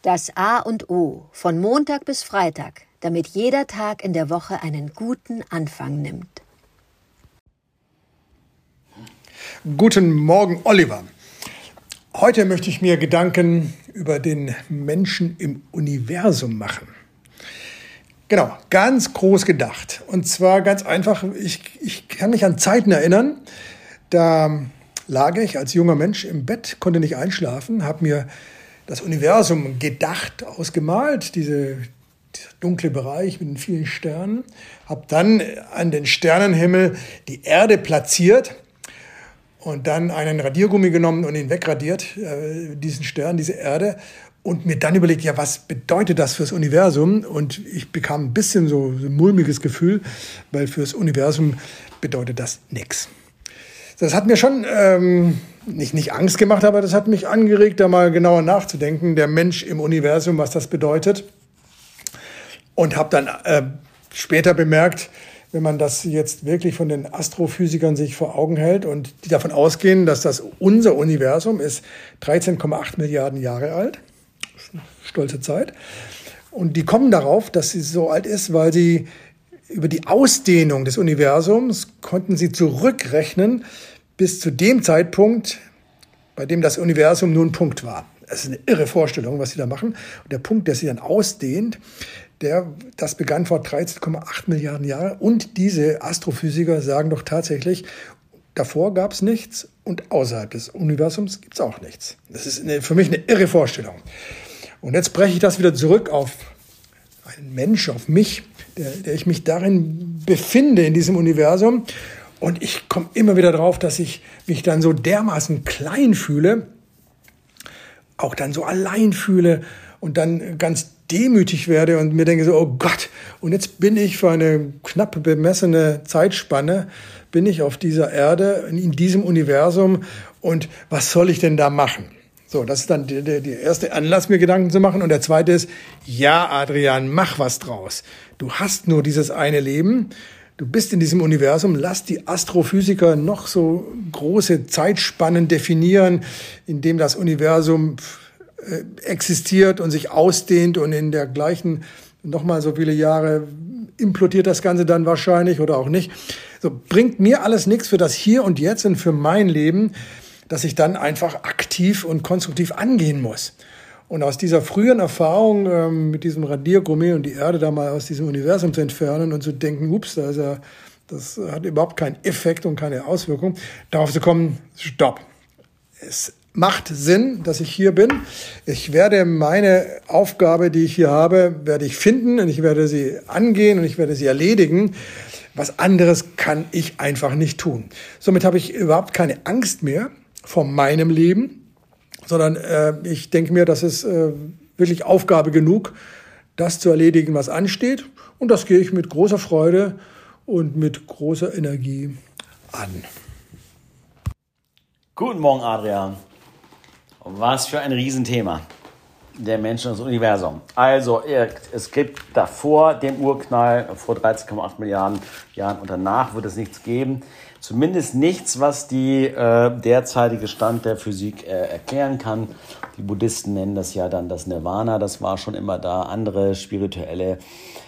Das A und O von Montag bis Freitag, damit jeder Tag in der Woche einen guten Anfang nimmt. Guten Morgen, Oliver. Heute möchte ich mir Gedanken über den Menschen im Universum machen. Genau, ganz groß gedacht. Und zwar ganz einfach, ich kann mich an Zeiten erinnern, da lag ich als junger Mensch im Bett, konnte nicht einschlafen, habe mir das Universum gedacht, ausgemalt, dieser dunkle Bereich mit den vielen Sternen, habe dann an den Sternenhimmel die Erde platziert und dann einen Radiergummi genommen und ihn wegradiert, diesen Stern, diese Erde, und mir dann überlegt, ja, was bedeutet das fürs Universum? Und ich bekam ein bisschen so ein mulmiges Gefühl, weil fürs Universum bedeutet das nichts. Das hat mir schon nicht Angst gemacht, aber das hat mich angeregt, da mal genauer nachzudenken, der Mensch im Universum, was das bedeutet. Und habe dann später bemerkt, wenn man das jetzt wirklich von den Astrophysikern sich vor Augen hält und die davon ausgehen, dass das unser Universum ist 13,8 Milliarden Jahre alt, stolze Zeit, und die kommen darauf, dass sie so alt ist, weil sie über die Ausdehnung des Universums konnten sie zurückrechnen bis zu dem Zeitpunkt, bei dem das Universum nur ein Punkt war. Das ist eine irre Vorstellung, was sie da machen. Und der Punkt, der sich dann ausdehnt, das begann vor 13,8 Milliarden Jahren. Und diese Astrophysiker sagen doch tatsächlich, davor gab es nichts und außerhalb des Universums gibt es auch nichts. Das ist für mich eine irre Vorstellung. Und jetzt breche ich das wieder zurück auf einen Mensch, auf mich, der ich mich darin befinde, in diesem Universum. Und ich komme immer wieder drauf, dass ich mich dann so dermaßen klein fühle, auch dann so allein fühle und dann ganz demütig werde und mir denke so, oh Gott, und jetzt bin ich für eine knapp bemessene Zeitspanne, bin ich auf dieser Erde, in diesem Universum, und was soll ich denn da machen? So, das ist dann der erste Anlass, mir Gedanken zu machen. Und der zweite ist, ja, Adrian, mach was draus. Du hast nur dieses eine Leben. Du bist in diesem Universum. Lass die Astrophysiker noch so große Zeitspannen definieren, in dem das Universum existiert und sich ausdehnt, und in der gleichen nochmal so viele Jahre implodiert das Ganze dann wahrscheinlich oder auch nicht. So, bringt mir alles nichts für das Hier und Jetzt und für mein Leben, dass ich dann einfach aktiv und konstruktiv angehen muss. Und aus dieser frühen Erfahrung mit diesem Radiergummi und die Erde da mal aus diesem Universum zu entfernen und zu denken, ups, das hat überhaupt keinen Effekt und keine Auswirkung, darauf zu kommen, stopp. Es macht Sinn, dass ich hier bin. Ich werde meine Aufgabe, die ich hier habe, werde ich finden, und ich werde sie angehen und ich werde sie erledigen. Was anderes kann ich einfach nicht tun. Somit habe ich überhaupt keine Angst mehr vor meinem Leben, sondern ich denke mir, das ist wirklich Aufgabe genug, das zu erledigen, was ansteht. Und das gehe ich mit großer Freude und mit großer Energie an. Guten Morgen, Adrian. Was für ein Riesenthema. Der Mensch und das Universum. Also, es gibt davor den Urknall vor 13,8 Milliarden Jahren, und danach wird es nichts geben. Zumindest nichts, was die derzeitige Stand der Physik erklären kann. Die Buddhisten nennen das ja dann das Nirvana, das war schon immer da. Andere spirituelle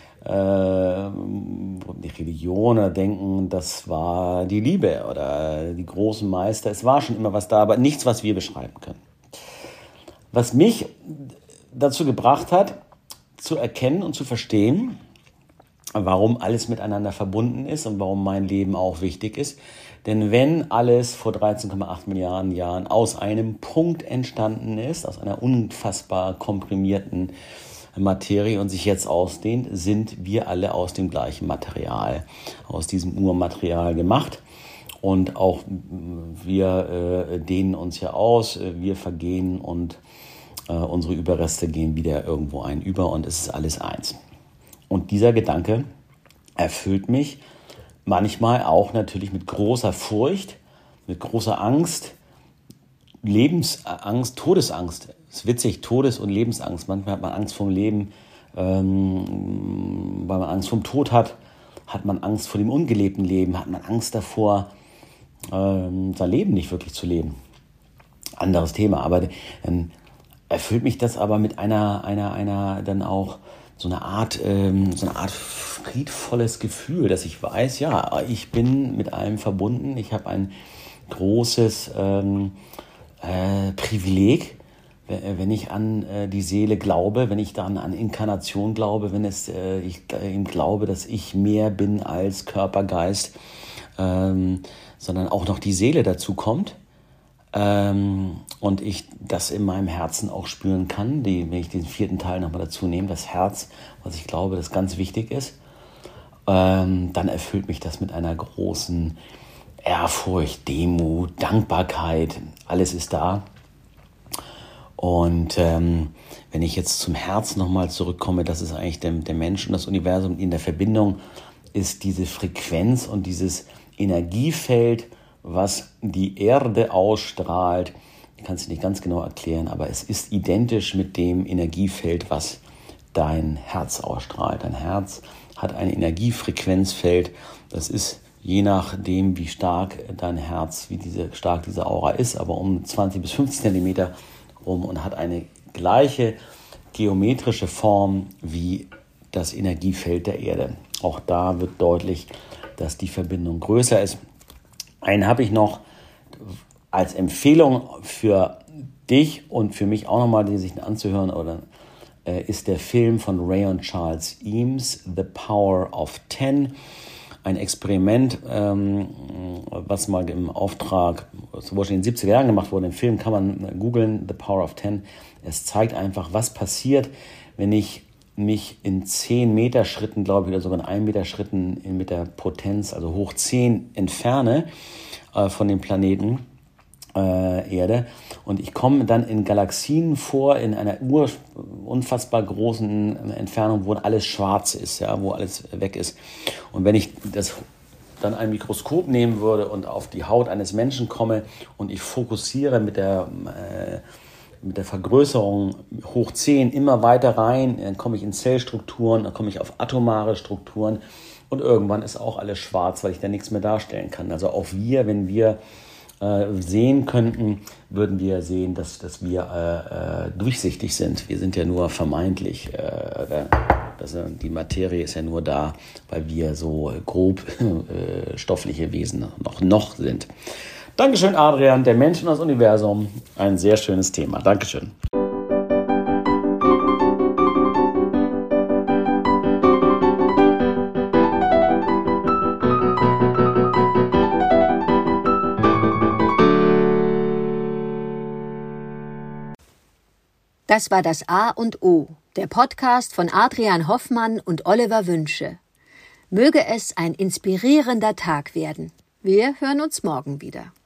Religionen denken, das war die Liebe oder die großen Meister. Es war schon immer was da, aber nichts, was wir beschreiben können. Was mich dazu gebracht hat, zu erkennen und zu verstehen, warum alles miteinander verbunden ist und warum mein Leben auch wichtig ist. Denn wenn alles vor 13,8 Milliarden Jahren aus einem Punkt entstanden ist, aus einer unfassbar komprimierten Materie und sich jetzt ausdehnt, sind wir alle aus dem gleichen Material, aus diesem Urmaterial gemacht. Und auch wir dehnen uns ja aus, wir vergehen und unsere Überreste gehen wieder irgendwo über, und es ist alles eins. Und dieser Gedanke erfüllt mich manchmal auch natürlich mit großer Furcht, mit großer Angst, Lebensangst, Todesangst. Es ist witzig, Todes- und Lebensangst. Manchmal hat man Angst vom Leben, weil man Angst vom Tod hat man Angst vor dem ungelebten Leben, hat man Angst davor, sein Leben nicht wirklich zu leben. Anderes Thema, aber erfüllt mich das aber mit einer dann auch so eine Art friedvolles Gefühl, dass ich weiß, ja, ich bin mit allem verbunden. Ich habe ein großes Privileg, wenn ich an die Seele glaube, wenn ich dann an Inkarnation glaube, wenn ich eben glaube, dass ich mehr bin als Körper, Geist, sondern auch noch die Seele dazu kommt. Und ich das in meinem Herzen auch spüren kann, wenn ich den 4. Teil nochmal dazu nehme, das Herz, was ich glaube, das ganz wichtig ist, dann erfüllt mich das mit einer großen Ehrfurcht, Demut, Dankbarkeit, alles ist da. Und wenn ich jetzt zum Herz nochmal zurückkomme, das ist eigentlich der Mensch und das Universum in der Verbindung, ist diese Frequenz und dieses Energiefeld, was die Erde ausstrahlt. Ich kann es nicht ganz genau erklären, aber es ist identisch mit dem Energiefeld, was dein Herz ausstrahlt. Dein Herz hat ein Energiefrequenzfeld. Das ist je nachdem, wie stark dein Herz, stark diese Aura ist, aber um 20 bis 50 Zentimeter rum und hat eine gleiche geometrische Form wie das Energiefeld der Erde. Auch da wird deutlich, dass die Verbindung größer ist. Einen habe ich noch als Empfehlung für dich und für mich auch nochmal, die sich anzuhören, ist der Film von Ray und Charles Eames, The Power of 10. Ein Experiment, was mal im Auftrag, in den 70er Jahren gemacht wurde. Den Film kann man googeln, The Power of 10. Es zeigt einfach, was passiert, wenn ich mich in 10 Meter Schritten, glaube ich, oder sogar in 1 Meter Schritten mit der Potenz, also hoch 10, entferne von dem Planeten Erde. Und ich komme dann in Galaxien vor, in einer unfassbar großen Entfernung, wo alles schwarz ist, ja, wo alles weg ist. Und wenn ich das dann ein Mikroskop nehmen würde und auf die Haut eines Menschen komme und ich fokussiere mit der Vergrößerung hoch 10 immer weiter rein, dann komme ich in Zellstrukturen, dann komme ich auf atomare Strukturen und irgendwann ist auch alles schwarz, weil ich da nichts mehr darstellen kann. Also auch wenn wir sehen könnten, würden wir sehen, dass wir durchsichtig sind. Wir sind ja nur vermeintlich, die Materie ist ja nur da, weil wir so grob stoffliche Wesen noch sind. Dankeschön, Adrian. Der Mensch und das Universum. Ein sehr schönes Thema. Dankeschön. Das war das A und O, der Podcast von Adrian Hoffmann und Oliver Wünsche. Möge es ein inspirierender Tag werden. Wir hören uns morgen wieder.